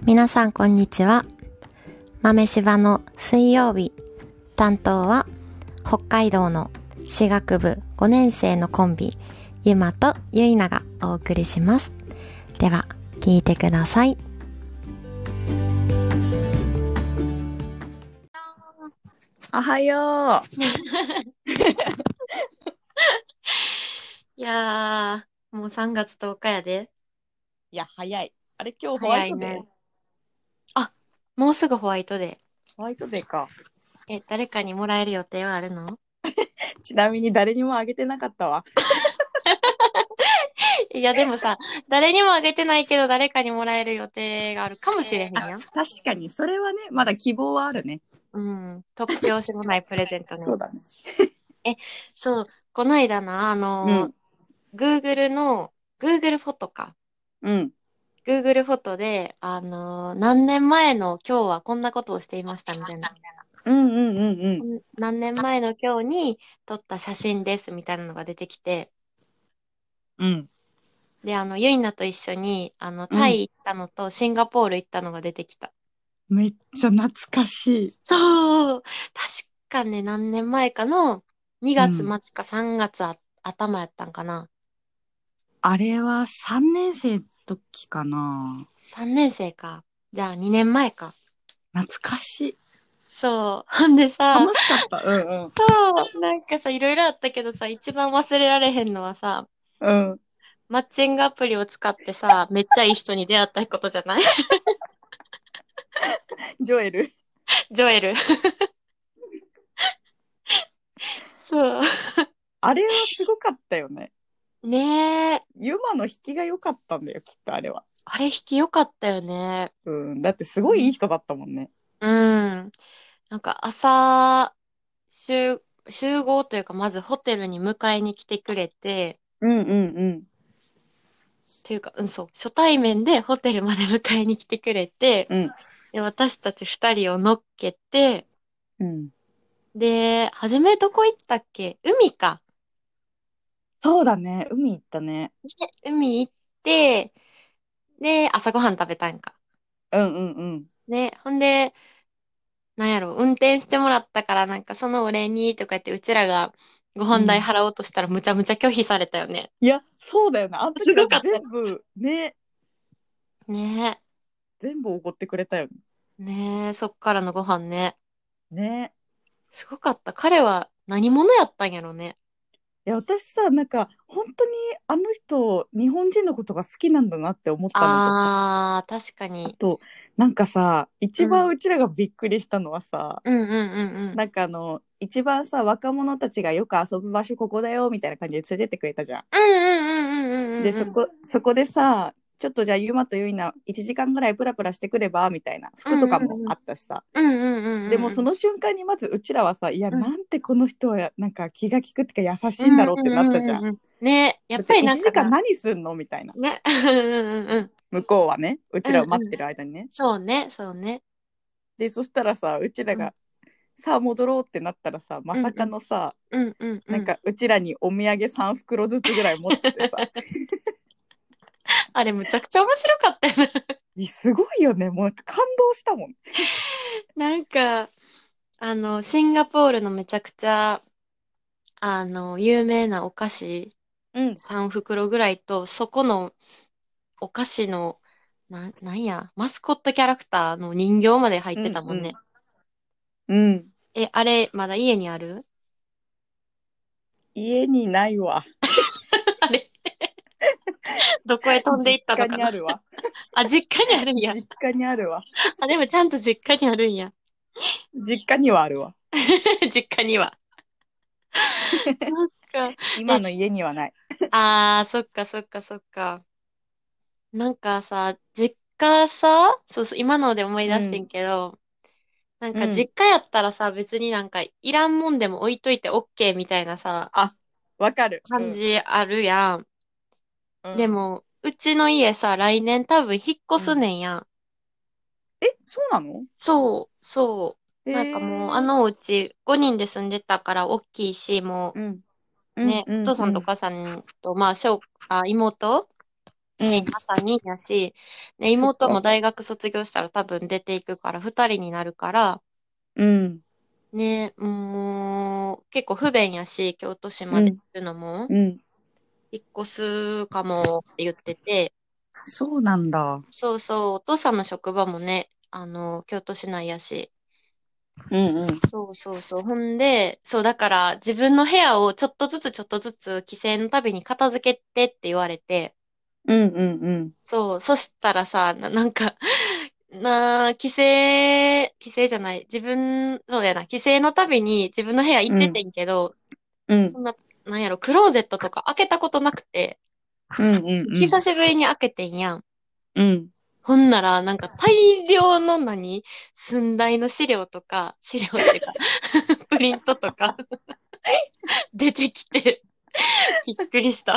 皆さんこんにちは。豆柴の水曜日、担当は北海道の歯学部5年生のコンビゆまとゆいながお送りします。では聞いてください。 おはよう。 いやー、もう3月10日やで。 いや、早い。あれ、今日ホワ早いイトデー、 ね。あ、もうすぐホワイトデー。 ホワイトデーか。 誰かにもらえる予定はあるの？ ちなみに誰にもあげてなかったわ。 いやでもさ、誰にもあげてないけど誰かにもらえる予定があるかもしれへんやん。 確かに、それはね、まだ希望はあるね。 うん。突拍子もないプレゼントね。 そうだね。 そう、こないだな、 うん、 Google の、Google フォトか。 うん、 Google フォトで、何年前の今日はこんなことをしていましたみたいな。 うん、うん、うん、うん。 何年前の今日に撮った写真ですみたいなのが出てきて、 うん、 で、ゆいなと一緒に、 うん。 タイ行ったのとシンガポール行ったのが出てきた。 めっちゃ懐かしい。 そう、確かね、何年前かの2月うん。 末か3月頭やったんかな。 あれは3年生の時かな。 3年生か。じゃあ2年前か。 懐かしい。 そう。ほんでさ、 楽しかった。うんうん。 そう、なんかさ、いろいろあったけどさ、一番忘れられへんのはさ、 うん。 マッチングアプリを使ってさ、めっちゃいい人に出会ったことじゃない？ ジョエル。 ジョエル。そう。 あれはすごかったよね。 ねえ。 ユマの引きが良かったんだよ、きっとあれは。 あれ引き良かったよね。 うん。だってすごいいい人だったもんね。 うん。なんか朝、集合というか、まずホテルに迎えに来てくれて、 うんうんうん。 というか、そう、初対面でホテルまで迎えに来てくれて、 うん。 で、私たち二人を乗っけて、 うん。 で、初めどこ行ったっけ？海か。 そうだね。海行ったね。 で、海行って、で、朝ごはん食べたんか。 うんうんうん。 ね、ほんで、なんやろ、運転してもらったからなんかそのお礼にとか言ってうちらがご飯代うん。 払おうとしたらむちゃむちゃ拒否されたよね。 いや、そうだよね。あの時だってすごかった。 全部、ね、 ね全部おごってくれたよね。 え、ねえ、そっからのご飯ね。 ね。 すごかった。彼は何者やったんやろね。 いや、私さ、なんか、本当にあの人、日本人のことが好きなんだなって思ったのとさ、 確かに。 あと、なんかさ、 うん。 一番うちらがびっくりしたのはさ、 うんうんうんうん。 なんか一番さ、若者たちがよく遊ぶ場所ここだよ、みたいな感じで連れてってくれたじゃん。 うんうんうんで、 うんうんうん。 そこでさ、ちょっとじゃあ、ゆまとゆいな、1時間ぐらいプラプラしてくればみたいな、 う服とかもんうんうん。 あったしさ。 うんうんうんでも、そうんうん。 の瞬間にまずうちらはさ、いや、 うんなんてこの人は、なんか気が利くってか優しうんうんいんだろうってなったじゃん。 うんうん。ね、やっぱだって、1時間りなんかな。 何すんのみたいな。 ね。うんうんうん。 向こうはね、うちうんらを待ってうん。 る間にね。 そうね、そうね。 で、そしたらさ、うちらうん。 が、さあ戻ろうってなったらさ、まさかうんうん。 のさ、 うんうんうん。 なんかうちらにお土産3袋ずつぐらい持っててさ、 あれむちゃくちゃ面白かったよね。 すごいよね。もう感動したもん。 なんか、シンガポールのめちゃくちゃ、有名なお菓子うん、 3袋ぐらいと、そこのお菓子の、なんや、マスコットキャラクターの人形まで入ってたうん、うん、 もんね。 うん。 あれ、まだ家にある？ 家にないわ。 あれ、どこへ飛んでい実ったの家かな？ にあるわ。 あ、実家にあるんや。 実家にあるわ。 あ、でもちゃんと実家にあるんや。 実家にはあるわ。 実家には。そっか。 今の家にはない。 そっかそっかそっか。なんかさ、実家さ、そうそう、今ので思い出してんうん、 けど、なんうん。 か実家やったらさ、別になんかいらんもんでも置いといて OK みたいなさ、 あ、わかる。う感ん、 じあるやん。 うん、 でも、うちの家さ、来年多分引っ越すうん。 ねんやん。 そうなの？ そう、そう。 へなんかもう、 え。 お家5人で住んでたから大きいし、もうん、うう、 ん、 ね、 うん、 お父さうん、 んとお母さんと、まあ、妹ね、また2やし、ね、 そっか。 妹も大学卒業したら多分出ていくから2人になるから、 うん。 ね、もう結構不便やし、京都市までうん。 行くのも、 うん。 引っ越すかもって言ってて、 そうなんだ。 そうそう、お父さんの職場もね、京都市内やし、 うんうん。 そうそうそう。ほんで、そう、だから自分の部屋をちょっとずつちょっとずつ帰省のたびに片付けてって言われて、 うんうんうん。 そう、そしたらさ、なんか、帰省じゃない、そうやな、帰省のたびに自分の部屋行っててうん。 んけど、 うん。 そんな、なんやろ、クローゼットとか開けたことなくて、 うんうんうん。 久しぶりに開けてんやん。 うん。 ほんなら、なんか大量の寸大の資料っていうかプリントとか出てきて、びっくりした。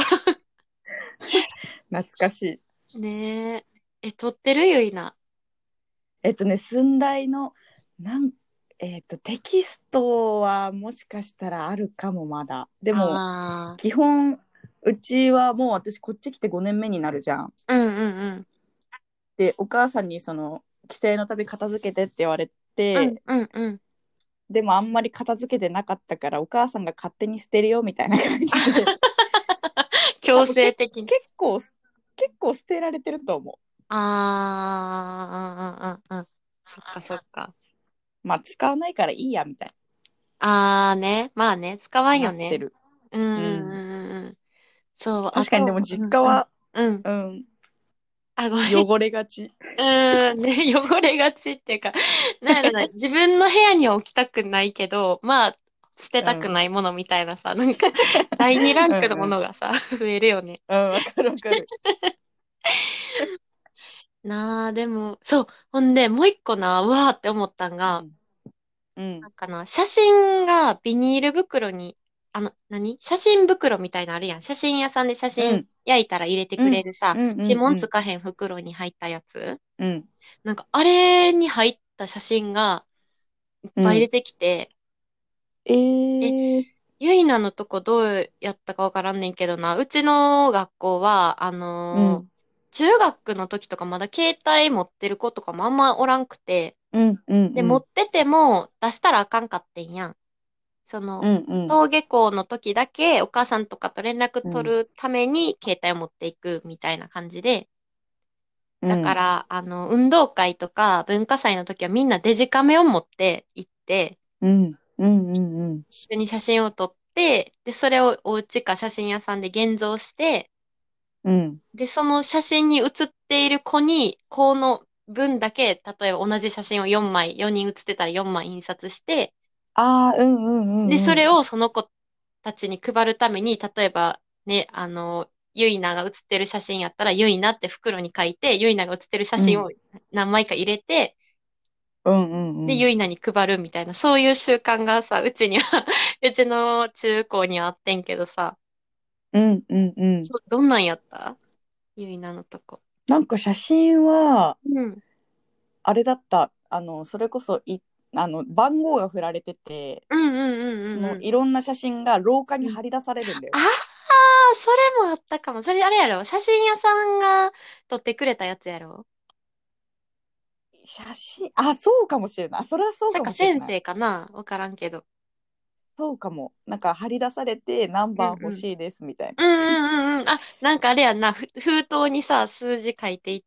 懐かしい。 ねえ。撮ってるゆいな。 寸大の、なん、テキストはもしかしたらあるかも、まだ。でも、 あ基本、うちはもう私こっち来て5年目になるじゃん。 あ、うんうんで、お母さんに帰省の旅片付けてって言われうん。 て、 うんうんうん。 でもあんまり片付けてなかったから、お母さんが勝手に捨てるよみたいな感じで、多強分制的に。 結構捨てられてると思ああ、うんうんうんうん。そっかそっか。 う。まあ、使わないからいいや、みたいああね。まあね、使わんになよね。 ってる。 うんうんうん。 うんうんうん。そう、あと、 確かにでもうんうん。 実家は、 うん。 うん、 あ、ごめん。 汚れがち。 うーん、ね、汚れがちっていうか、なんやろな、自分の部屋には置きたくないけど、まあ、捨てたくうん。 ないものみたいなさ、なんか、第二ランクのもうんうん。 のがさ、増えるよね。 うん、わかるわかる。 なあ、でも、そう、ほんで、もう一個な、うわーって思ったんが、 うん。うん。 なんかな、写真がビニール袋に、写真袋みたいなのあるやん。写真屋さんで写真うん。 焼いたら入れてくうん。 れるさ、 うん。うん。 指紋つうん。 かへん袋に入ったやつ。 うん。 なんか、あれに入った写真がいっうん。 ぱい出てきて、 ええ、 ー。 ゆいなのとこどうやったかわからんねんけどな、うちの学校は、 うん。 中学の時とかまだ携帯持ってる子とかもあんまおらんくて、 うん。うん。 で、 うん。 持ってても出したらあかんかってんやん。その、 うん。うん。 登下校の時だけお母さんとかと連絡取うん。 るために携帯を持っていくみたいな感じで、 うん。 だから、運動会とか文化祭の時はみんなデジカメを持って行って、 うん。うん。うん。 一緒に写真を撮って、で、それをお家か写真屋さんで現像して、 うん。 で、その写真に写っている子に、この分だけ、例えば同じ写真を4枚、4人写ってたら4枚印刷して、 ああ、うんうんうで、そんうん。 れをその子たちに配るために、例えばね、ゆいなが写ってる写真やったら、ゆいなって袋に書いて、ゆいなが写ってる写真をうん何枚か入れて、 うんうんで、 うん。 ゆいなに配るみたいな、そういう習慣がさ、うちにはうちの中高にはあってんけどさ、 うんうんうん。 どんなんやったゆいなのとこ。 なんか写真は、 うん。 あれだった。それこそ番号が振られてて、 うんうんうんうんうん。 いろんな写真が廊下うん。 に貼り出されるんだよ。 ああ、それもあったかも。それあれやろ写真屋さんが撮ってくれたやつやろ。 そうかもしれない。それはそうかそっか、 もしれない。 先生かなわからんけど。 そうかも。なんか貼り出されて何番欲うんうん。 しいですみたいな。 うんうんうんうん。あ、なんかあれやんな。封筒にさ、数字書いていって、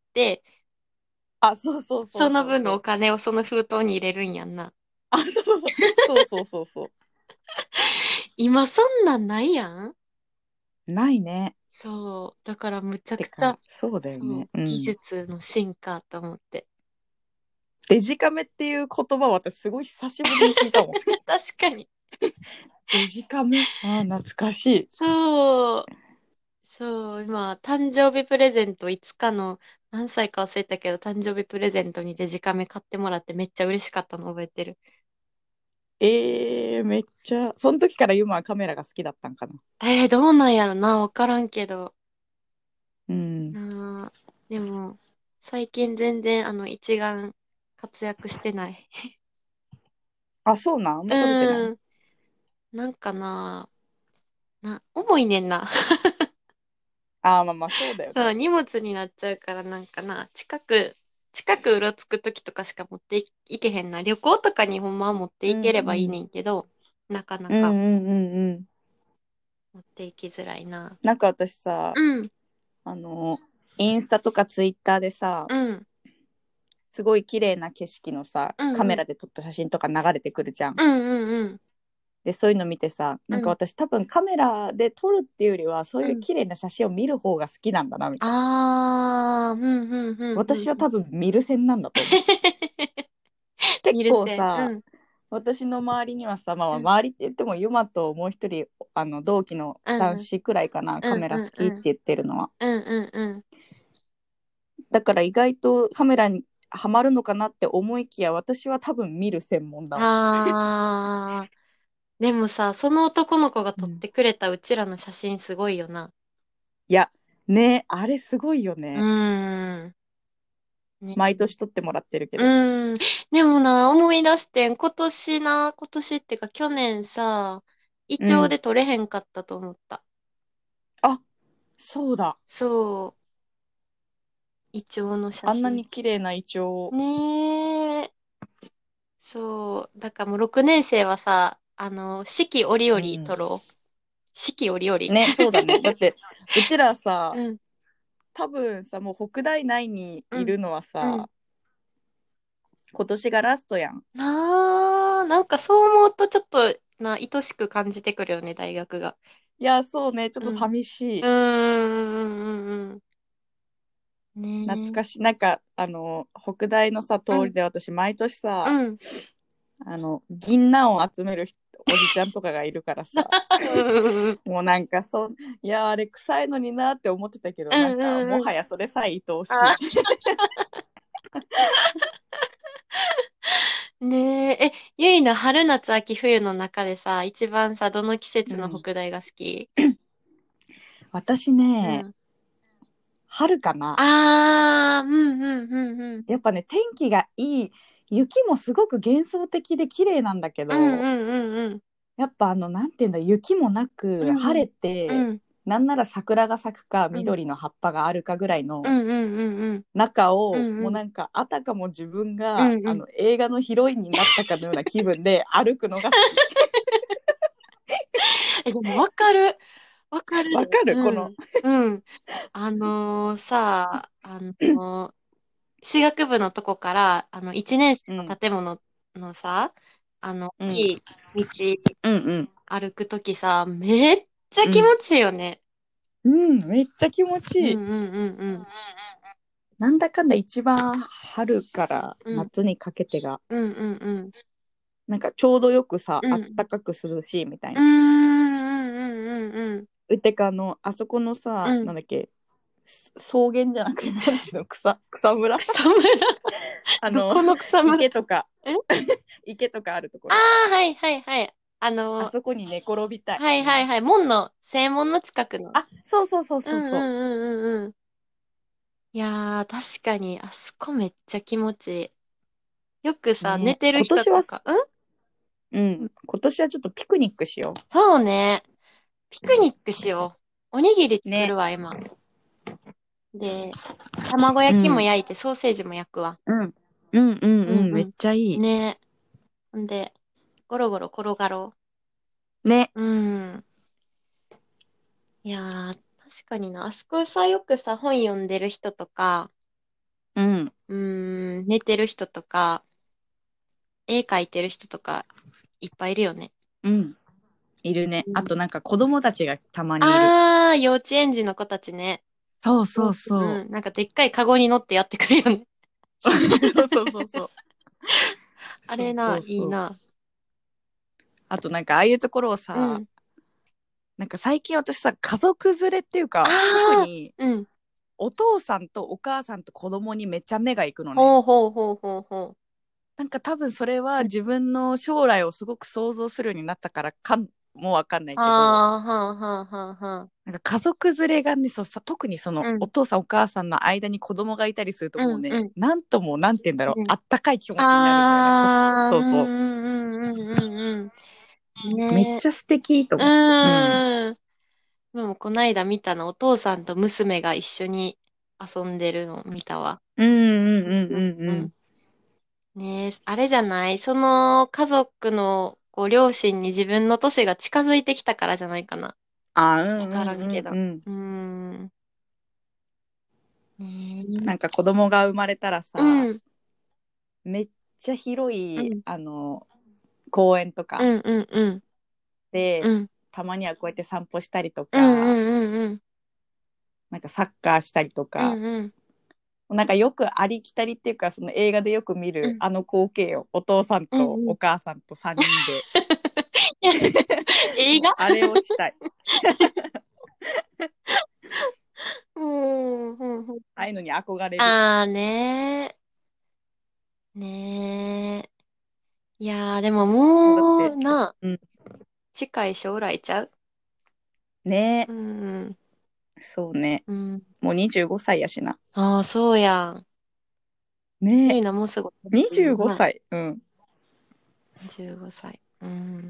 あ、そうそうそその分のおうそうそう。 金をその封筒に入れるんやんな。 あ、そうそうそう。そうそうそうそ今そんなんないやん。 う。ないね。 そう。だからむちゃてか、 くちゃ、 そうだよね。 そう、技うん。 術の進化と思って。 デジカメっていう言葉は私すごい久しぶりに聞いたもん。 確かに。 デジカメ懐かしい。 そう。そう、今、誕生日プレゼント、いつかの、何歳か忘れたけど、誕生日プレゼントにデジカメ買ってもらってめっちゃ嬉しかったの覚えてる。 めっちゃ、その時からユマはカメラが好きだったんかな。 どうなんやろな、わからんけど。 うん。 なあ、でも、最近全然、一眼活躍してない。 あ、そうなん、あんうま撮れてない。 ーん、なんかな、重いねんな。 ああ、まあまあそうだよそう、 ね。 荷物になっちゃうからなんかな、近くうろつくときとかしか持っていけへんな。旅行とかにほんまは持ってういければいいんうん。 ねんけど、なかなうんかうんうんうん。 持っていきづらいな。 なんか私さ、 うん、 あの、インスタとかツイッターでさ、 うん、 すごい綺麗な景色のさ、 うん、うん、 カメラで撮った写真とか流れてくるじゃん。 うん、うん、うん、 で、そういうの見てさ、なんかうん、 私多分カメラで撮るっていうよりは、そういううん。 綺麗な写真を見る方が好きなんだな、みたいな。 あー、うん、うん、うん、うん。 私は多分見る線なんだと思う。結見る線。う構さ、 ん、 私の周りにはさ、まあうん、 周りって言ってもユマともう一人同期のうん、うん、 男子くらいかな、カうん、 メラ好うん、 きって言ってるのは。 うん、うん、うん。 だから意外とカメラにハマるのかなって思いきや、私は多分見る専門だわ。 あー、でもさ、その男の子が撮っうん、 てくれたうちらの写真すごいよな。 いや、ね、あれすごいようね。 ーん。ね。 毎年撮ってもらってるけうど。 ーん。でもな、思い出してん。今年ってか去年さ、イチョウうん。 で撮れへんかったと思った。 あ、そうだ。 そう。イチョウの写あんな真。 に綺麗なイチョねえ。そう。だからもう6年生はさ、四季折ウ。 々 うん。 撮ろう。四季折々。 ね、そうだね。だって、うちらさ、 うん。 多分さ、もう北大内にうん。 いるのはうん。 さ、今年がラストやん。 なんかそう思うとちょっと愛しく感じてくるよね、大学が。 いや、そうね、ちょっとうん。 寂しうーい。 ん、うん、うん。ねえ。 懐かしい。なんか、北大のさ、 うん、 通りで私、毎年さ、 うん。 銀杏を集めるおじちゃんとかがいるからさ、 うん、 もうなんかいや、あれ臭いのになって思ってたけど、なんうん、 か、もうん。 はやそれさえ愛おしあ、 い。 ねえ。ゆいの春夏秋冬の中でさ、一番さ、どの季節のうん。 北大が好き？ 私ね、 うん。 春かな。 あー、うん、うん、うん、うん。 やっぱね、天気がいい。雪もすごく幻想的で綺麗なんだけうん、 ど、 うん、うん、うん。 やっぱなんていうんだ、雪もなく、 うん、 晴れて、 うん、 なんなら桜が咲くか、 うん、 緑の葉っぱがあるかぐらいのうん、うん、うん、うん。 中を、 うん、うん。 もうなんか、あたかも自分が、 うんうん。 映画のヒロインになったかのような気分で歩くのが好き。 でもわかる。わかるわかで。 るこの、 うん。うん。私学部のとこから、一年生のうん、 建物のさ、大うん、 きい道うん、うん、 歩くときさ、めっちゃうん、 気持ちいいよね。 うん、めっちゃ気持ちいい。 うんうんうんうん。 なんだかんだ一番春からうん。 夏にかけてが、 うんうんうん。 なんかちょうどよくさ、あっうん。 たかく涼しいみたいうんな。 うんうんうんうん。 てかあそこのさ、 うん。 なんだっけ、草原じゃなくて、なんていうの、草むら草むら。 あの、 どこの草むら？ 池とか、 え、 池とかあるとこあろ。 あー、はいはいはい。 あそこに寝転びたい、今。 はいはいはい。正門の近くの。 あ、そうそうそううんうそうそんうんうんうん。いやー、確かに、あそこめっちゃ気持ちいい。よくう。 さ、寝ね、 てる今年は、 人とか、 うん、今年はちょっとピクニックしよそうね。ピクニックしよう。おにぎりう。ね。 作るわ、今。で、卵焼きもうん。 焼いて、ソーセージも焼くわ。 うん。うんうんうん。めっうんちゃいうん。 い。 ね。んで、ゴロゴロ転がろね。 う。うん。いやー、確かにな。あそこさ、よくさ、本読んでる人とか、 うん。 寝てる人とか、絵描いてる人とか、いっぱいいるよね。 うん。いるね。 うん。 あとなんか子供たちがたまにいる。 幼稚園児の子たちね。 そううんそうそうん。なんかでっかいカゴに乗ってやってくるよね。 う。そうそうそうそう。そうあれな、 そうそう。 いいな。 あとなんかああいうところをさ、 うん。 なんか最近私さ、家族連れっていうあか、特あ、 にうん。 お父さんとお母さんと子供にめっちゃ目が行くのね。 ほうほうほうほうほなんか多分それはう。うん。 自分の将来をすごく想像するようになったからかもわかんないあけど、 あ、はあはあはあはあ。 なんか家族連れがね、特にそのうん。 お父さんお母さんの間に子供がいたりするともうね、 うんうんなんともなんて言うんだろう、 うん。 あったかい気持ちになるんだよね。 ああ、うんそうそう。 うんうんうんうんうん。ねえ。 めっちゃ素敵とう思って。うん。 ーん。 でもこないだ見たの、お父さんと娘が一緒に遊んでるの見たわ。 うんうんうんうんうんうん。 うん。ねえ、あれじゃないその家族の両親に自分の年が近づいてきたからじゃないかな。 あ、うわからんうんんけど。 うんうん。 うーん。ねなんか子供が生まれたらえ。 さ、 うん。 めっちゃ広い、 うん。 公園とかうんうんうん。うで、 ん。 たまにはこうやって散歩したりとうんうか、 んうんうん。 なんかサッカーしたりとか、 うんうん。 なんかよくありきたりっていうか、その映画でよく見るうんあの光景をお父さんとうんうん。 お母さんと3人で映画もうあれをしたい。 うん、うんうん。 ああいうのに憧れる。 あーねー。ねー。いやー、でももうだって、うん、 近い将来ちゃうねうん、 そうね。 うん。 もう25歳やしな。 ああ、そうやん。ゆねいなもうすぐ 25 な。 歳。うん。 15歳。うん。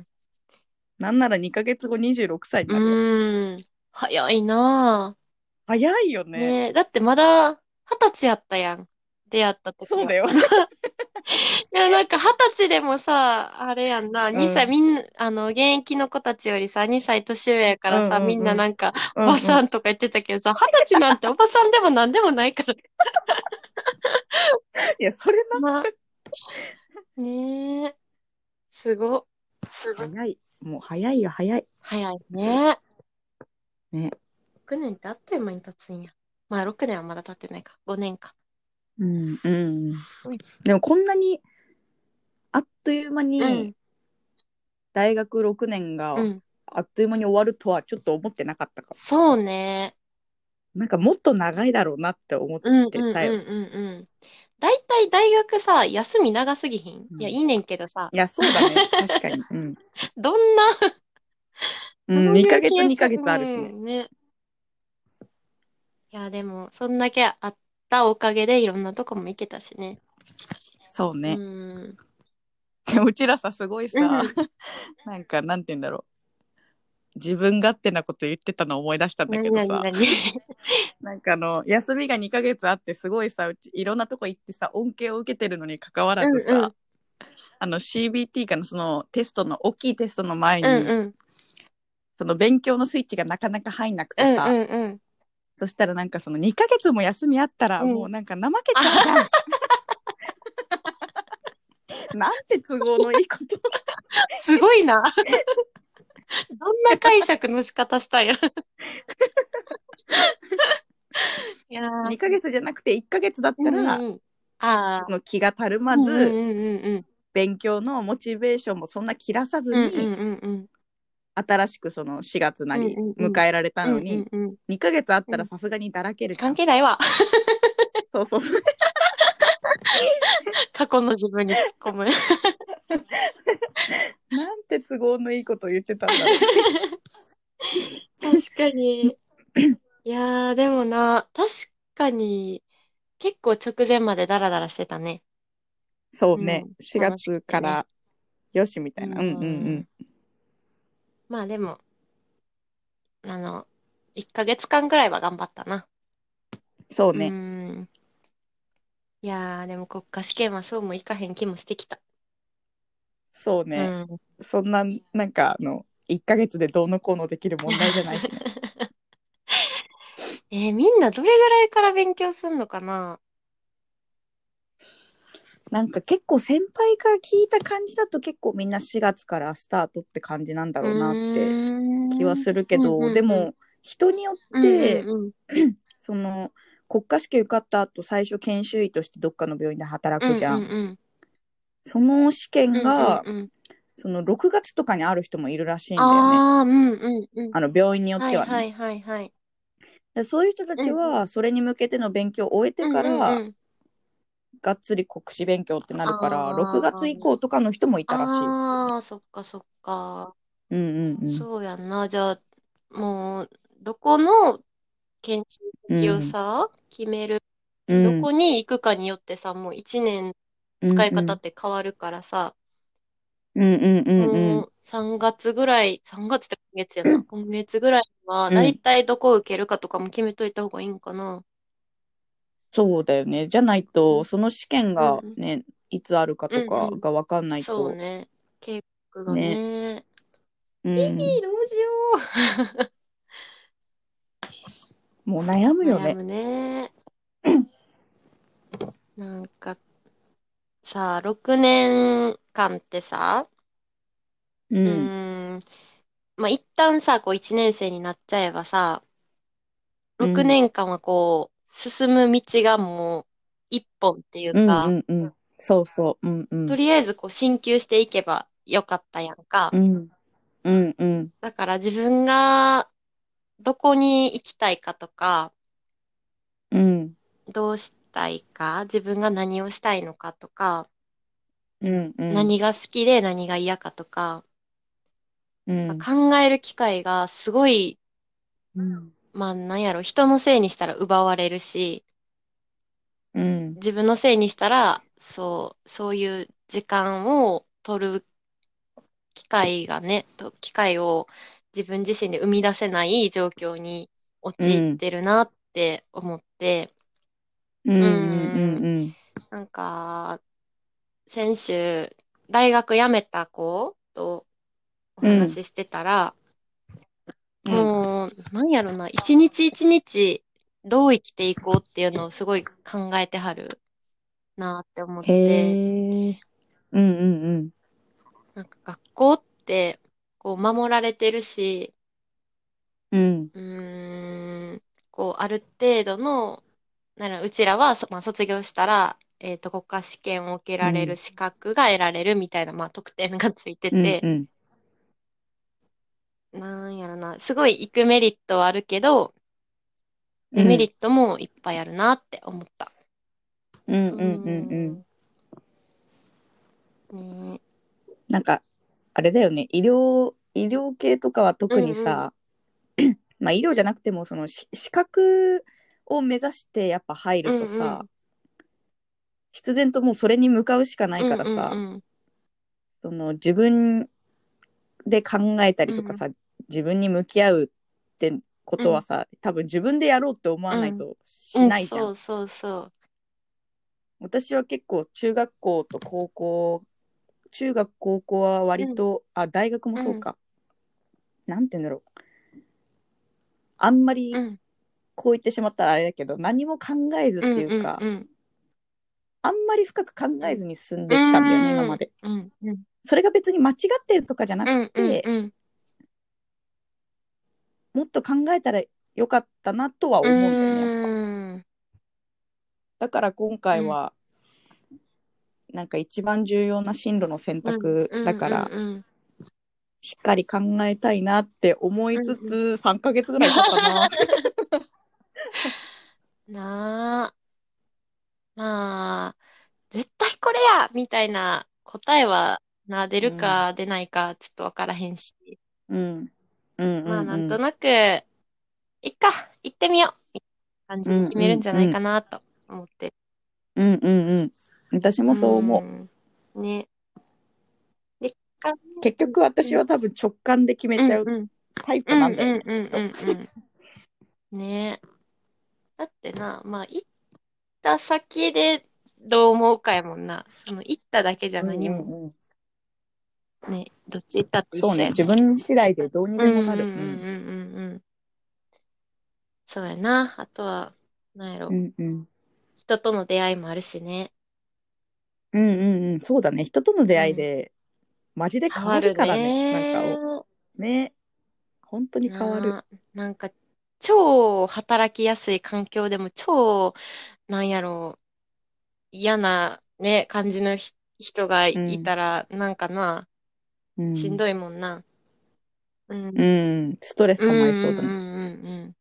なんなら2ヶ月後26歳にうなるわ。 ーん。早いな早いよぁ。 ね。 ねえ、だってまだ20歳やったやん。出会った時は。 そうだよ。 いや、なんか20歳でもさ、あれやんな、2歳、 うん。 みんな、現役の子たちよりさ、2歳年上やかうらさ、みんうんうん。 んななんか、おばうんうん。 さんとか言ってたけどさ、20歳なんておばさんでもなんでもないから。 いや、それな、ねえ、すご。 な。早い。もう早いよ、早い。 早いね。 ね。 6年ってあっという間に経つんや。まあ、6年はまだ経ってないか。5年か。 うんうん。 うん。 でもこんなにあっという間にうん。 大学6年がうんあっという間に終わるとはちょっと思ってなかったかも。 そうね。 なんかもっと長いだろうなって思っうんうんうんてたよ。 うんうん。だいたい大学さ、休み長すぎひんいや、 うん、 いいねんけどさ、 いや、そうだね。確かに。うん。 どんな、 うん、 どう 2 いう計ヶ月2 算、 ヶ月あるしね。 ね。いや、でも、そんだけあったおかげでいろんなとこも行けたしね。うそうね。 ん。 うちらさ、すごいさ、 うん。 なんか、なんて言うんだろう。自分勝手なこと言ってたのを思い出したんだなけどさ、 になになになんか休みが2ヶ月あってすごいさ、うちいろんなとこ行ってさ、恩恵を受けてるのに関わらずさ、 うんうん。 CBT かのそのテストの、大きいテストの前に、 うんうん。 その勉強のスイッチがなかなか入んなくうんうてさ、 んうん。 そしたらなんかその2ヶ月も休みあったらうん。 もうなんか怠けちゃうじゃん。 あははなんて都合のいいこと。 すごいな。どんな解釈の仕方したんや。いやー。 2ヶ月じゃなくて1ヶ月だっうんうんたら、 うん。ああ。 その気がたるうんうんまず、 うんうんうん。 勉強のモチベーションもそんな切らさずに、 うんうんうんうん。 新しくその4月なうんりうんうん。 迎えられたうんうのに、 んうん。 2ヶ月あったらうん。 さすがにだらけるじゃん。 関係ないわ。 そうそうそう。 過去の自分に突っ込む。 なんて都合のいいこと言ってたんだろう。 確かに。いやー、でもな、確かに、結構直前までダラダラしてたね。 そうね。 うん。 4 楽しく月てね。 からよしみたういな。うんうんうん。 ん。 まあでも、あの、1ヶ月間くらいは頑張ったな。うそうね。 ん。いやー、でも国家試験はそうもいかへん気もしてきた。 そうね。 うん。 そんな、なんか1ヶ月でどうのこうのできる問題じゃないしね。 みんなどれぐらいから勉強すんのかななんか結構先輩から聞いた感じだと結構みんな4月からスタートって感じなんだうろうなってーん。 気はするけうんど、 うんうん。 でも人によっうんうんてうん。 その国家試験受かった後最初研修医としてどっかの病院で働うんくじゃん。 うんうん。 その試験うんうんがうん。 その6月とかにある人もいるらしいんだよね。 ああ、うんうんうん。 病院によってはね。 はいはいはいはい。 でそういう人たちうんうん。 はそれに向けての勉強を終えてうんうんうからん。 がっつり国試勉強ってなるから6 あ月以降とかの人もいたらしい普通に。 あ、ああ、そっかそっか。 うんうんうんそうやんな。じゃあ、もう、どこの研修先をうんさ、決める、どうんこに行くかによってさ、もう一年うんうん使い方って変わるからさ、 うんうんうんうん。 もう3月ぐらい、3月って今月やな。今月ぐらいは、だいうん。 たいどこ受けるかとかも決めといた方がいいんかな。 そうだよね。じゃないと、 うん、 その試験うん、 がね、いつあるかとうん、うん。 かがわかんないと、 そうね。計画がね。 ね。 うん。 どうしよう。 もう悩むよね。 悩むね。なんかさ、6年間ってさ、ううん。 ーん、まあ、一旦さ、こう1年生になっちゃえばさ、6 うん。 年間はこう、進む道がもう一本っていううんか、 うんうん。そうそう。うんうん。 とりあえずこう進級していけばよかったやんか。 うん。うんうん。 だから自分がどこに行きたいかとか、 うん。 どうしたいか、自分が何をしたいのかとか、 うんうん。 何が好きで何が嫌かとか、 うん。 考える機会がすごい、 うん。 まあなんやろ、人のせいにしたら奪われるし、 うん。 自分のせいにしたら、そういう時間を取る機会を自分自身で生み出せない状況に陥っうん。 てるなって思って、 うんううんうんん、 うん。 なんか、先週、大学辞めた子とおうん。 話ししてたら、 うん。 もう、なんやろな、一日一日どう生きていこうっていうのをすごい考えてはるなって思っへて、 え。うんうんうん。 なんか学校ってこう守られてるし、 うん。 うーん、こうある程度の、うちらはまあ、卒業したら、国家試験を受けられるうん。 資格が得られるみたいな、まあ、特典がついてて、 うんうん。 なんやろな、すごい行くメリットはあるけど、デメリうん。 ットもいっぱいあるなって思った。 うんうーうんうんうん。 ん、ねなんか、あれだよね。医療系とかはう特にんうん、 さ、まあ医療じゃなくても、その資格を目指してやっぱ入るうんとさ、 うん、 必然ともうそれに向かうしかないうんからさ、 うんその自分で考えたうん、うん、 りとかさ、自分に向き合うってこうん、 とはさ、多分自分でやろうって思わうん、 ないとうん、 しないじゃん。 そうそうそう。 私は結構中学校と高校、中学高校はうん、 割と、あ、大学もうん、 そうか。なんて言うんだろう。あんまりうん、 こう言ってしまったらあれだけど、何も考えずっうん、うん、 ていうか、 うん、 あんまり深く考うん、 えずに進んうできたんだよね、今ん、 まで。 うん、うん、 それが別に間違ってるとかじゃなくうん、うん、 て、 うん、 もっと考えたらよかったなとはう思うんだよね、やっぱ。 ん、 だから今うん、 回は、なんか一番重要な進路の選うん、 択うん、 だから、 うん、 しっかり考えたいなって思いつうん、 つ、3ヶ月ぐらい経ったな。 なあ、まあ、絶対これやみたいな答えは出るうん。 か出ないかちょっとわからへんし。 うん。うんうまあ、なんんうん。 となく、いっか、行ってみようみたいな感じでうんう決めるんじゃないんうん。 かなと思ってる。 うんうんうん。私うもそう思う。 ん。ね。で、か、 結局うん、 私は多分直感で決めうん、 ちゃううん、 タイプなうん、うん、 んだよね、 うん、 きっと。 うん。ね。だってな、まあ、行った先でどう思うかやもんな。その行っただけじゃうん何もうんうん。 ね、どっち行ったって一そうね、 緒やね。 自分次第でどうにうん、 でもなる。 うん、うん、 うん。 うん、うん。うん、そうやな。あとは、なんやろ。 うんうん。 人との出会いもあるしね。 うんうんうん。そうだね。人との出うん。 会いで、マジで変わる変わるからね。なんかね。 ね、本当に変わる。 なあ、なんか、超働きやすい環境でも、超、なんやろ嫌なね、感じの人がいうん。 たら、なんかな、 うん。 しんどいもんな。うん。 うん。ストレスうん、 溜まりそうだね。 うん、うん、うん。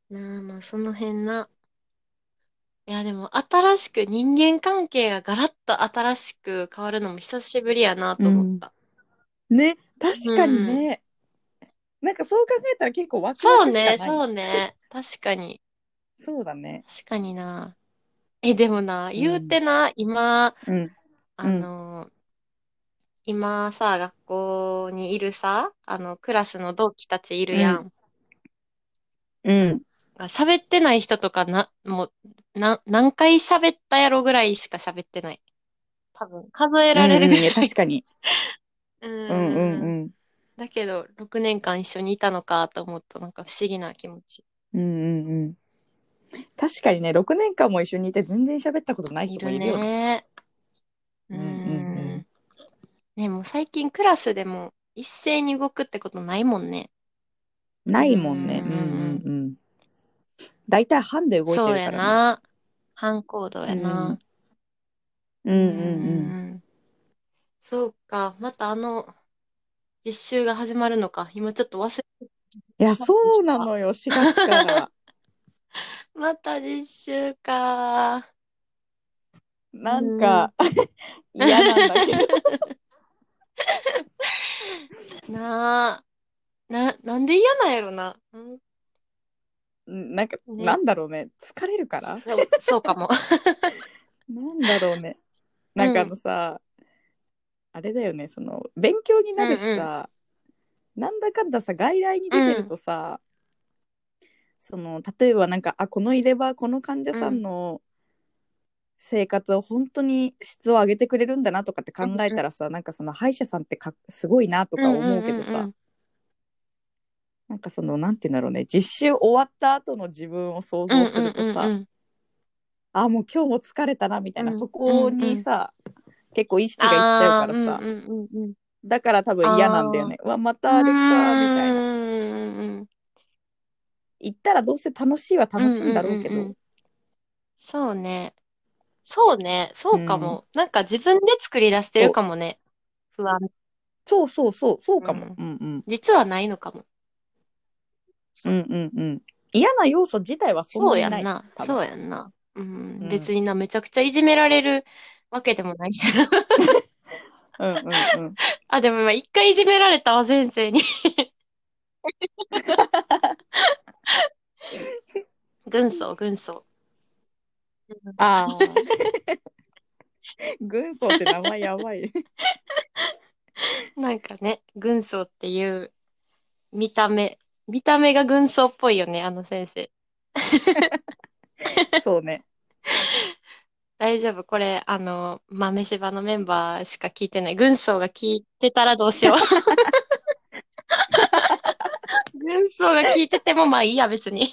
なあ、まあ、その辺な。いや、でも、新しく人間関係がガラッと新しく変わるのも久しぶりやなうん。 と思った。 ね、 う確かにん。 ね。なんかそう考えたら結構ワクワクしかそうね、 ない。 そうね。確かに。 そうだね。 確かにな。でもな、言ううん。 てな、今、 うん。 あうん。 の、 今さ、学校にいるさ、クラスの同期たちいるうん。 やん。 うん。 喋ってない人とかもう、何回喋ったやろぐらいしか喋ってない。多分、数えうんられるぐうん。いや、 らい。 確かに。 ううんうんーん。 うん。 だけど、6年間一緒にいたのかと思うと、なんか不思議な気持ち。 うんうんうん。確かにね、6年間も一緒にいて全然喋ったことないいる人もいるよね。 ね。うーうんうんん。ね、もう最近クラスでも一斉に動くってことないもんね。 うん。 うーないもんね。うんうんん。 うん。大体班で動いてそうるからね。 やな。反行動うん。 やな。 うんうーうんうん。 ん。そうか。また実習が始まるのか。今ちょっと忘れていや、そうなた。 のよ。4月から。 また実習か。うなんーん。 か嫌なんだけど。 なあ。なんで嫌なんやろな。 なんか、なね。 んだろうね。疲れるから。 そうかも。 なんだろうね。なんかうん。 さ、あれだよね。勉強になるしうんうん。 さ、なんだかんださ、外来にう出てるん。 とさ、例えばなんか、この入れ歯、この患者さんうん。 の生活を本当に質を上げてくれるんだなとかって考うんうん。 えたらさ、なんか歯医者さんってすごいなとかうんうん思うけどさ、 うんうん。 なんかなんて言うんだろうね、実習終わった後の自分を想像すうんうんるとさ、 うんうん。 もう今日も疲れたなみたいな、そうんうこんうん。 にさ、結構意識がいっちゃうああ、うんうからさ、 んうんうん。 だから多分嫌なんだよああ、 ね。うわ、まうたあれか、みたいな。 ーん。 行ったらどうせ楽しいは楽しいんだうんうんろうけど、 うんうん。そうね。そうね。そうん、 うかも。なんか自分で作り出してるそう、 かもね。不安。 そうそうそう、そうかも。 うん。 うんうん。 実はないのかも。 うんそう。 うんうん。嫌な要素自体はそんそうなにない、 やんな。 多分。 そうやんな。うん。 うん。 別にな、めちゃくちゃいじめられるわけでもないし。 うんうんうん。 あ、でも今一回いじめられたわ、先生に。軍曹、軍曹。うんああ、軍曹って名前やばい。 なんかね、軍曹っていう見た目、見た目が軍曹っぽいよね、あの先生。 そうね。 大丈夫これ、豆柴のメンバーしか聞いてない。軍曹が聞いてたらどうしよう。軍曹が聞いててもまあいいや、別に。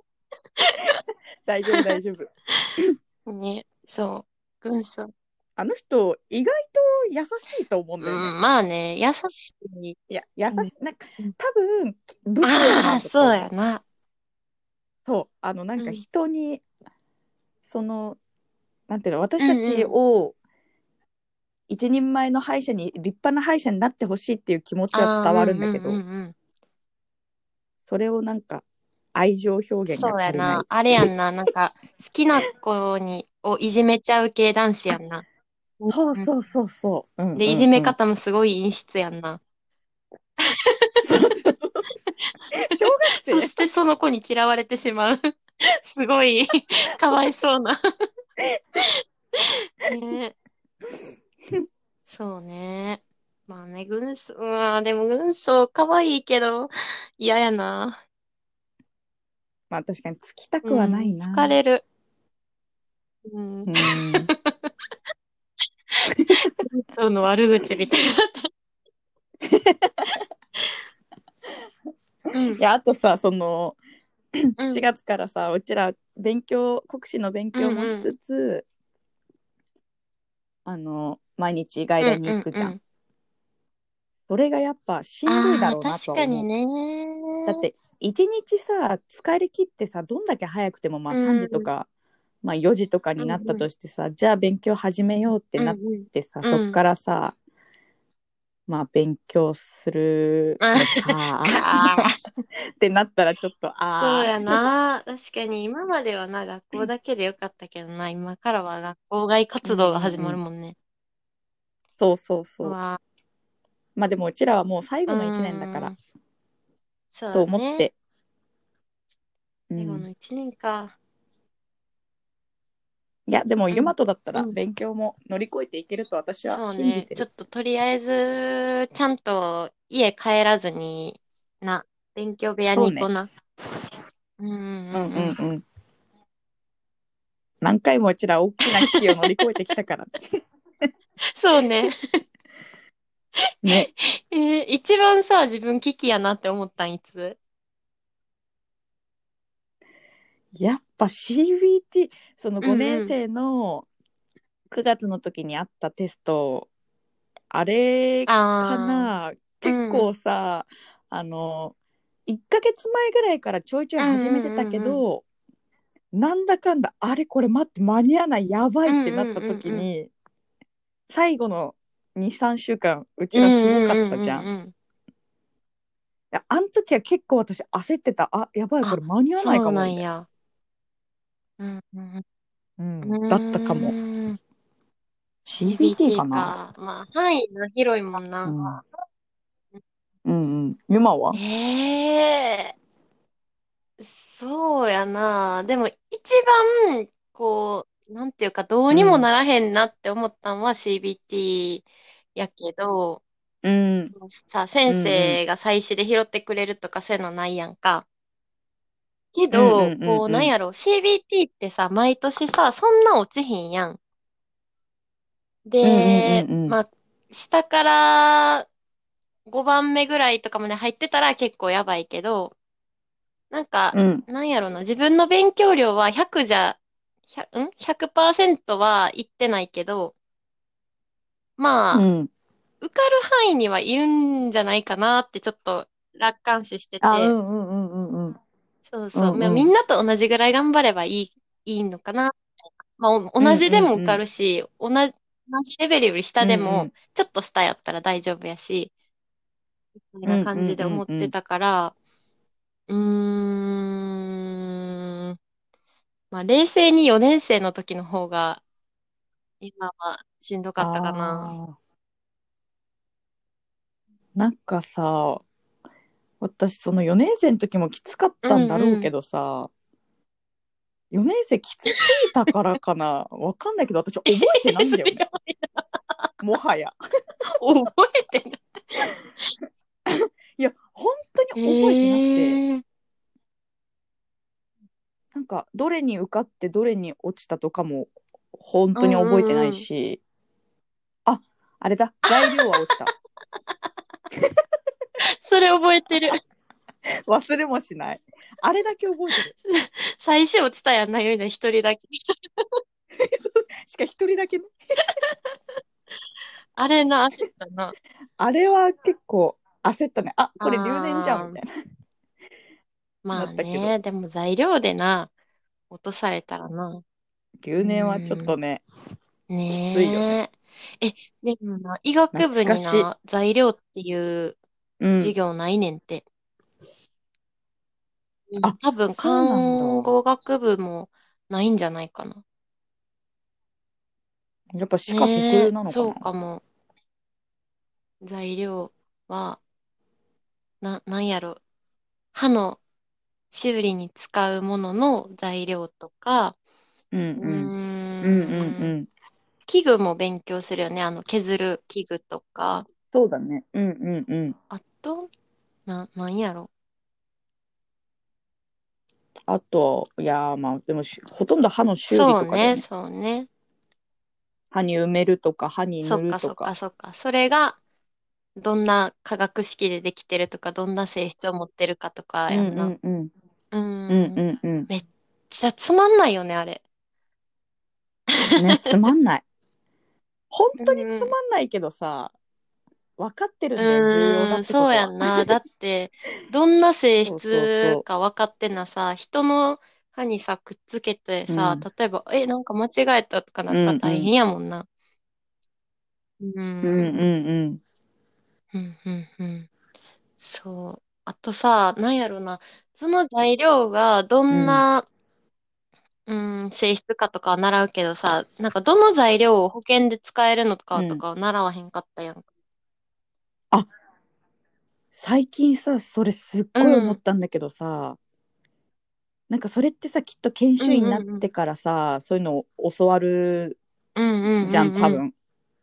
大丈夫大丈夫。 ね、そう。軍曹。 あの人、意外と優しいと思うんだよね。 うん、まあね、優しい。 いや、優うん、 しい。なんか、多分、不器用なああ、 んだとそう思う。 やな。 そう。なんかうん、 人に、その、なんていうの、私たうん、うん。 ちを一人前の歯医者に、立派な歯医者になってほしいっていう気持ちはああ、うん、 伝わるんうん、うだけど、 ん、うん。 それをなんか、愛情表現がそうやな。 足りない。 あれやんな。なんか、好きな子をいじめちゃう系男子やんな。うんそううん。 そうそうそう。うんで、いじうんうん。 め方もすごい陰湿やんな。 そうそうそう。小学生。 そしてその子に嫌われてしまう。すごい、かわいそうな。ねえ。そうね。まあね、でも軍曹かわいいけど、嫌やな。 まあ確かにつきたくはなうん、 いな。 疲れる。うん。 うん。 軍曹の悪口みたいな。うん、 いや、あとさ、 うん、 4月からさ、うちら国試の勉うん、 強もしうん、 つつ、毎日外来うん、うん、 に行くじゃん。 うん。 それがやっぱしんどいだああ、 ろうなとは思う。 確かにね。 だって、一日さ、疲れ切ってさ、どんだけ早くてもまあう 3 ん、 時とか、まあ4時とかになったうん、うん、 としてさ、じゃあ勉強始めようってなっうん、 てさ、そっうん。 からさ、まあ勉強するあのかか。 ってなったらちょっとそうやって。 な。確かに今まではな、学校だけでよかったけどな、今からは学校外うん活動が始うんうん。 まるもんね。 そうそうそう。 うわ、 まあでもうちらはもう最う後の1年だからーん、そうとだね。 思って、うん。 最後の一年か。 いやでもユマトだったらうん。 勉強も乗り越えていけると私はそうね。 信じてる。 ちょっととりあえず、ちゃんと家帰らずに、勉強部屋そうね。 に行こうな。うんうんうんうんうん。 うんうん。何回もうちら大きな危機を乗り越えてきたからね。 そうね。 ね。 一番さ、自分危機やなって思ったんいつ？ やっぱ CBT、その5年うんうん。 生の9月の時にあったテスト、あれかあな。 あ、う結ん。 構さ、1ヶ月前ぐらいからちょいちょいうん始めてたうんうんうん。 けど、なんだかんだ、あれこれ待って間に合わない、やばいっうんてなったうんうんうん。 時に、最後の2、3週間、うちうんらすごかっうんたじゃん。 うんうんうん。 あん時は結構私焦ってた。あ、やばい、こあ、 れ間に合わないそうかも、みたいなんや。うんうんな。ううん、だったかも。 ん。 CBT か CBT な。 か。まあ、範囲が広いもんな。 うん。うんうん。ユマは。 ええ、そうやな。でも、一番、こう、なんていうか、どうにもうん。 ならへんなって思ったのは CBT やけど、 うん。 さ、先うんうん。 生が最初で拾ってくれるとかそういうのないやんか。けうんうど、こう、 んうんうん。 なんやろ、CBT ってさ、毎年さ、そんな落ちひんやん。 うんうんうで、 んうん。 まあ、下から5番目ぐらいとかまで入ってたら結構やばいけど、なんか、 うん。 なんやろな、自分の勉強量は100じゃ、100% は行ってないけど、まあ、 うん。 受かる範囲にはいるんじゃないかなってちょっと楽観視してあ、うて、 んうんうんうんうん。 そうそう、まあ、 うんうん。 みんなと同じぐらい頑張ればいいのかな。まあ、同うんじでも受かうんうん。 るし、同じレベルより下でも、 うんうん。 ちょっと下やったら大丈夫やし、みたいなうんうん感じでうんうん。 思ってたから、うーん、まあ、冷静に4年生の時の方が、今はしんどかったかな。 ああ。なんかさ、私その4年生の時もきつかっうたんだろうけんうん。 どさ、4年生きつすぎたからかな。わかんないけど、私覚えてないんだよね。 それがもはや。 覚えてない。 いや、本当に覚えてなくて、 ええ、 なんか、どれに受かってどれに落ちたとかも、本当にうんう覚えてないんうん。 し、あ、あれだ、材料は落ちた。 それ覚えてる。 忘れもしない。あれだけ覚えてる。 最初落ちたやんな、ゆいな一人だけ。 しか一人だけね。 あれな、焦ったな。 あれは結構焦ったね。あ、これ留年じゃんみあー、 たいな。なまあったけど、 ね、でも材料でな、落とされたらな。う留年はちょっーん、 とね、きついよね。 ねえ。でもな、医学部懐かしい。 にな、材料っていううん。 授業ないねんって。うん、 あ、 多分、 そうなんだ。 看護学部もないんじゃないかな。 やっぱ歯科特ねえ、 有なのかな。 そうかも。材料は、なんやろ。歯の修理に使うものの材料とか、 うんううん。うんうんうーん、 ん。 器具も勉強するよね。削る器具とか。 そうだね。うんうんうん。 あと、なんやろ。 あと、いやーまあ、でもほとんど歯の修理そうね、 とかだよね。 そうね。 歯に埋めるとか、歯に塗そっかそっかるとか。 そっか。それが、どんな化学式でできてるとか、どんな性質を持ってるかとかうんやんな。 うんうん。 うーうんん。 うんうん。 めっちゃつまんないよね、あれ。 ね、つまんない。本う当につん。 まんないけどさ、分かってるんだよ、重要だっうーん、そうてことは。 やんな。だって、どんな性そうそうそ質か分かってんなさ、人の歯にさ、くっつけてう。うさ、 ん。 例えば、なんか間違えたとかなうったら大変んうん。 やもんな。うーうんうんん、 うん。 うん、うん、うん。そう。あとさ、なんやろな。その材料がどうん。 んな、性質かとかは習うけどさ、なんかどの材料を保険で使えるのうん。 かとかは習わへんかったやんか。 あ、最近さ、それすっうごい思っん、 たんだけどさ、 なんかそれってさ、きっと研うん修医になっうんうん。 てからさ、そういうのを教わるうんうんじゃん、 うんうん。 多分。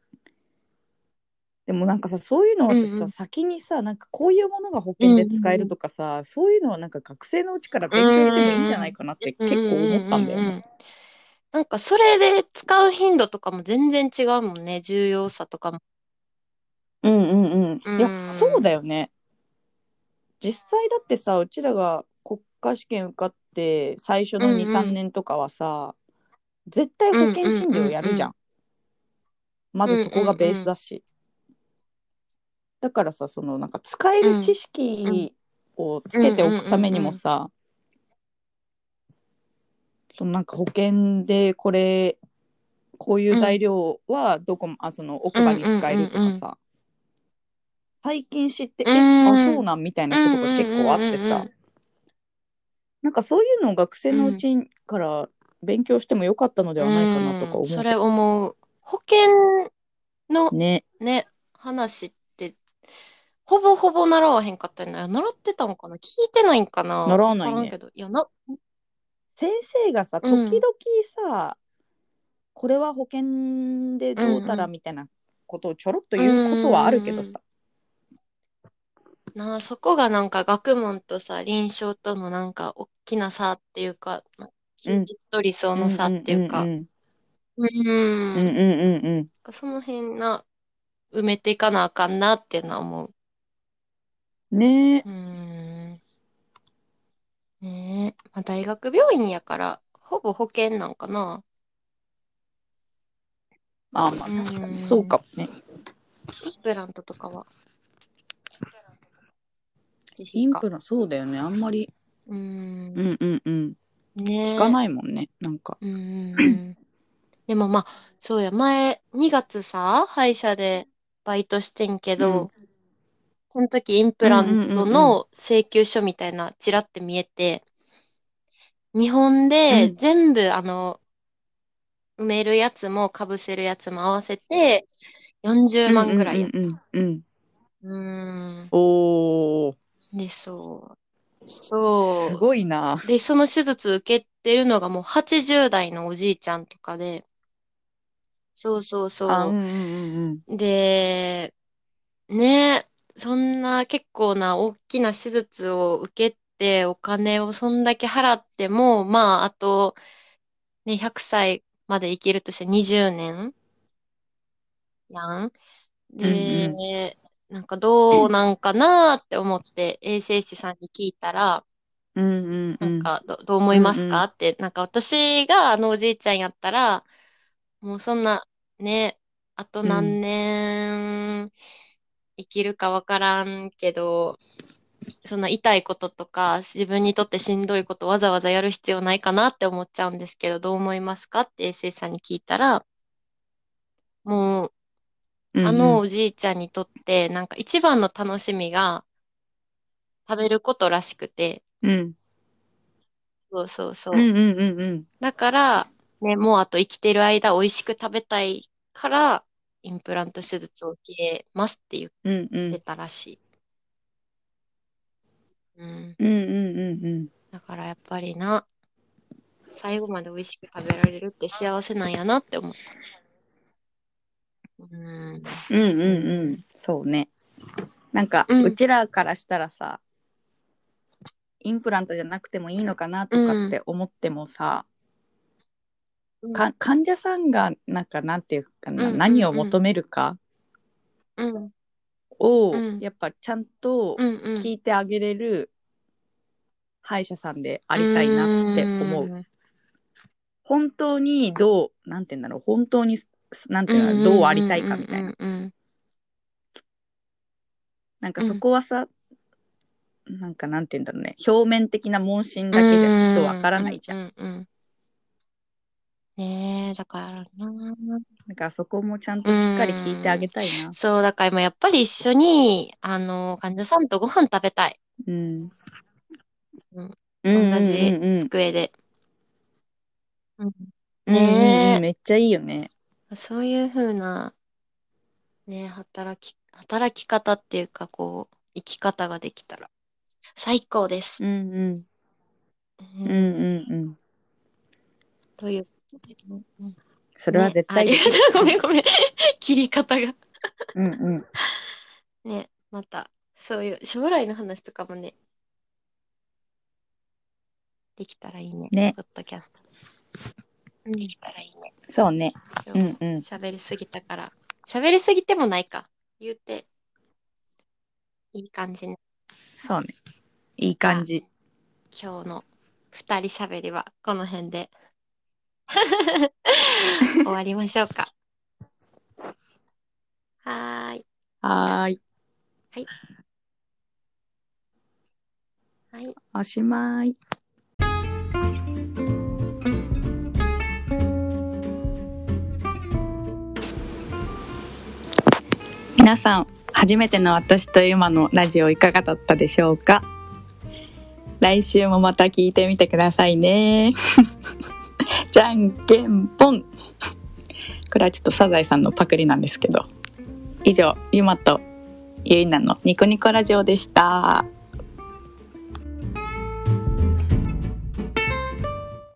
でもなんかさ、そういうの私さ、 うんうん。 先にさ、なんかこういうものが保うん険で使えるうんうん。 とかさ、そういうのはなんか学生のうちからう勉強してもいいんじゃーん。 ないかなってうん結構思っうんうんたんだよね。 うんうん。なんかそれで使う頻度とかも全然違うもんね。重要さとかも。 うんうんうん。いうや、そうーん。 だよね。実際だってさ、うちらが国家試験受かって最初の2、 うんうん。 3年とかはさ、絶対う保んうんう険診療んうん。 やるじゃん。まうんずそこがベーうんうん。 スだし。だからさ、そのなんか使える知うんうん識をつけておうんうんくためにうんもさ、そのなんか保険でこういううん。 材料はどこも、その奥うんうん歯に使えるとうんかさ、最近知って、 うん。 そううんなんみたいなうんことが結構あっうんてさ、 うんなんかそういうのを学生うん。 のうちから勉強してもよかったのでうはないかなとかん。それ思うけど。 思う。保険のね、 ね、話って、ほぼほぼ習わへんかったよな。習ってたんかな、聞いてないんかな、 習わわないね。 からんけど。いや、な、 先生がさ、 うん、 時々さ、これは保険でうん、 どうたうん、 らみたいなことをちょろっとう言うことはあるけん、うん。 どさ。 なあ、そこがなんか学問とさ、臨床とのなんか大きな差っていうか、 うん、 現実と理想うん、 の差っうん、うん、うていうか、 ん、 うん、 うん、うん、うん、うん。 その辺な、埋めていかなあかんなっていうのは思う。 ねえ。 うん、ねえ。まあ、大学病院やから、ほぼ保険なんかな。 まあまあ、 う確かにそうん。 かもね。 インプラントとかは自費か。 インプラ、そうだよね。あんまり、 うーん。 うんうんうん。聞かねないもんね。なんか。 え。うんうんうん。でもまあ、そうや、前、2月さ、歯医者でバイトしてんけうん。 ど、その時インプランうんうんうんうん。 トの請求書みたいな、ちらって見えて、日本でうん全部、埋めるやつも被せるやつも合わせて40 うんう万ぐらいやった。 んうんうんうん。 うーん。 おー、 で、そう。 すそごいな。 う。で、その手術受けてるのがもう80代のおじいちゃんとかで、そうそうあ、うんそうんうんう。で、ね、そんな結構な大きな手術を受けてお金をそんだけ払っても、まあ、あと、ね、100歳まで生きるとして20年やん。 うん。うんで、なんかどうなんかなって思って衛生士さんに聞いたら、 うん。うんうんうん。 なんかどう思いますうんうん。 かって、なんか私があのおじいちゃんやったら、もうそんな、ね、あとうん。 何年生きるかわからんけど、そんな痛いこととか、自分にとってしんどいことわざわざやる必要ないかなって思っちゃうんですけど、どう思いますかって衛生士さんに聞いたら、もう、 うんあのうん。 おじいちゃんにとって、なんか一番の楽しみが食べることらしくて、 うん。 そうそうそう。 うんうんうんうん。 だから、ね、もうあと生きてる間美味しく食べたいから、インプラント手術を受けますって言っうんうん。 てたらしい。うん。 うんうんうんうん。 だからやっぱりな、最後まで美味しく食べられるって幸せなんやなって思った。うん。 うんうんううん。 ん。 そうね。なんか、 うん。 うちらからしたらさ、インプラントじゃなくてもいいのかなうとかっん。 て思ってもさ、 うん。 患者さんがなんかなんていうかな、 うん。うん。うん。 何を求めるかうん。うをん。 やっぱちゃんとうん。うん。 聞いてあげれる歯医者さんであうりたいなって思う。 ん。 本当になんて言うんだろう、本当に、なんうん。 ていうの、どうありたいうん。うん。 かみたいな。 うん。 なんかそうん。 こはさ、なんかなんて言うんだろうね、表面的な問診うだけじゃちょっとわん。 からうん。 ないじゃん。 うん。ねえ、だからな。 だからそこもちゃんうとしっかり聞いてあん。 げたいな。 そう、だから今やっぱり一緒に、患者さんとご飯食べたい。 うん。 うん。 うん同じうんうん机で。うん。 うん。うんうんうん。 ねめっちゃいいよね。 え、そういうふうな、ね、働き方っていうか、こう、生き方ができたら最高です。 うんうん。 うんうんうん。 ということで、 それは絶対ね、 できる。 ごめん切り方がうんうん。 ね、またそういう将来の話とかもねできたらいいね。 ね。 ポッドキャストできたらいいね。 そうね。 今日うんうん。 喋りすぎたから喋りすぎてもないか言うていい感じね。 そうね。いいじゃあ感じ。 今日の二人喋りはこの辺で終わりましょうか。はーい。 はーい。 はい。はい。 おしまい。皆さん、初めての私とゆまのラジオいかがだったでしょうか。来週もまた聞いてみてくださいね。じゃんけんぽん。これはちょっとサザエさんのパクリなんですけど。以上、ゆまとゆいなのニコニコラジオでした。